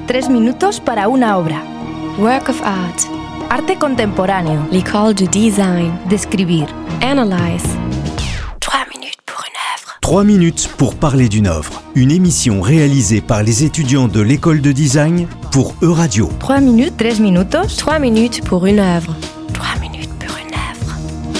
3 minutos para una obra. Work of art. Arte contemporáneo. L'école du design. Describir. Analyze. 3 minutes pour une œuvre. 3 minutes pour parler d'une œuvre. Une émission réalisée par les étudiants de l'école de design pour Euradio. 3 minutes, 3 minutos. 3 minutes pour une œuvre. 3 minutes pour une œuvre.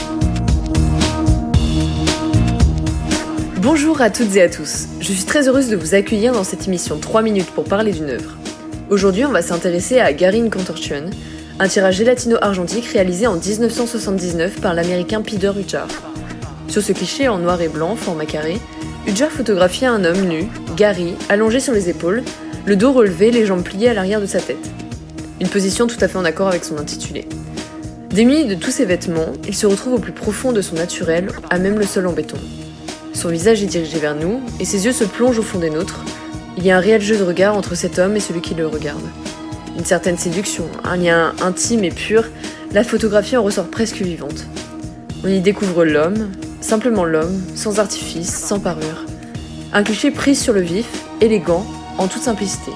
Bonjour à toutes et à tous. Je suis très heureuse de vous accueillir dans cette émission 3 minutes pour parler d'une œuvre. Aujourd'hui, on va s'intéresser à Gary in Contortion, un tirage gélatino-argentique réalisé en 1979 par l'américain Peter Udjar. Sur ce cliché en noir et blanc, format carré, Udjar photographiait un homme nu, Gary, allongé sur les épaules, le dos relevé, les jambes pliées à l'arrière de sa tête. Une position tout à fait en accord avec son intitulé. Démuni de tous ses vêtements, il se retrouve au plus profond de son naturel, à même le sol en béton. Son visage est dirigé vers nous, et ses yeux se plongent au fond des nôtres. Il y a un réel jeu de regard entre cet homme et celui qui le regarde. Une certaine séduction, un lien intime et pur, la photographie en ressort presque vivante. On y découvre l'homme, simplement l'homme, sans artifice, sans parure. Un cliché pris sur le vif, élégant, en toute simplicité.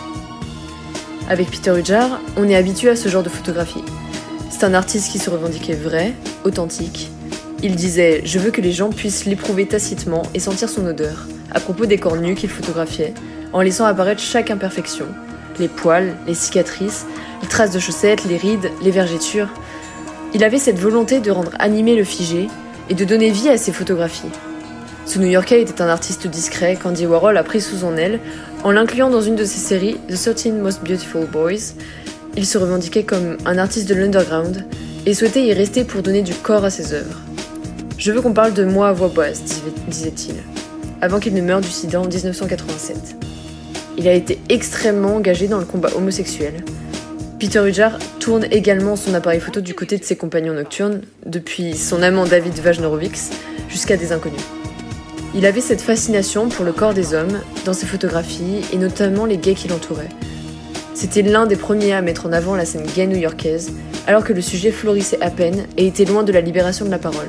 Avec Peter Udjar, on est habitué à ce genre de photographie. C'est un artiste qui se revendiquait vrai, authentique. Il disait « Je veux que les gens puissent l'éprouver tacitement et sentir son odeur » à propos des corps nus qu'il photographiait, en laissant apparaître chaque imperfection. Les poils, les cicatrices, les traces de chaussettes, les rides, les vergetures. Il avait cette volonté de rendre animé le figé et de donner vie à ses photographies. Ce New-Yorkais était un artiste discret qu'Andy Warhol a pris sous son aile en l'incluant dans une de ses séries, The 13 Most Beautiful Boys. Il se revendiquait comme un artiste de l'underground et souhaitait y rester pour donner du corps à ses œuvres. « Je veux qu'on parle de moi à voix basse », disait-il, avant qu'il ne meure du sida en 1987. Il a été extrêmement engagé dans le combat homosexuel. Peter Udjar tourne également son appareil photo du côté de ses compagnons nocturnes, depuis son amant David Wajnarowicz jusqu'à des inconnus. Il avait cette fascination pour le corps des hommes dans ses photographies et notamment les gays qui l'entouraient. C'était l'un des premiers à mettre en avant la scène gay new-yorkaise, alors que le sujet florissait à peine et était loin de la libération de la parole.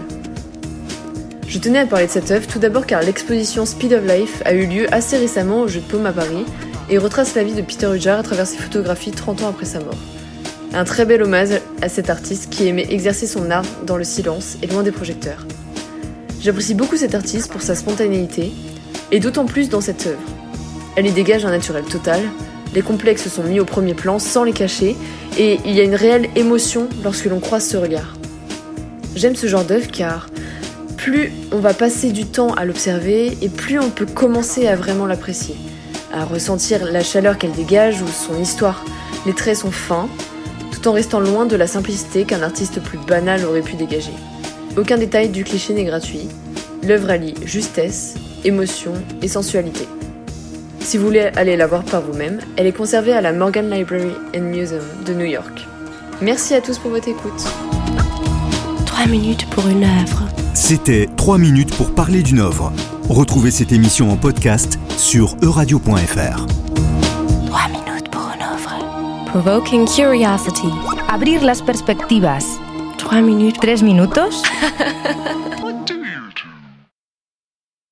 Je tenais à parler de cette œuvre tout d'abord car l'exposition Speed of Life a eu lieu assez récemment au Jeu de Paume à Paris et retrace la vie de Peter Udjar à travers ses photographies 30 ans après sa mort. Un très bel hommage à cet artiste qui aimait exercer son art dans le silence et loin des projecteurs. J'apprécie beaucoup cet artiste pour sa spontanéité et d'autant plus dans cette œuvre. Elle y dégage un naturel total, les complexes sont mis au premier plan sans les cacher et il y a une réelle émotion lorsque l'on croise ce regard. J'aime ce genre d'œuvre car plus on va passer du temps à l'observer et plus on peut commencer à vraiment l'apprécier, à ressentir la chaleur qu'elle dégage ou son histoire. Les traits sont fins, tout en restant loin de la simplicité qu'un artiste plus banal aurait pu dégager. Aucun détail du cliché n'est gratuit, l'œuvre allie justesse, émotion et sensualité. Si vous voulez aller la voir par vous-même, elle est conservée à la Morgan Library and Museum de New York. Merci à tous pour votre écoute. 3 minutes pour une œuvre. C'était 3 minutes pour parler d'une œuvre. Retrouvez cette émission en podcast sur euradio.fr. 3 minutes pour une œuvre. Provoking curiosity. Abrir las perspectivas. 3 minutes. 3 minutos.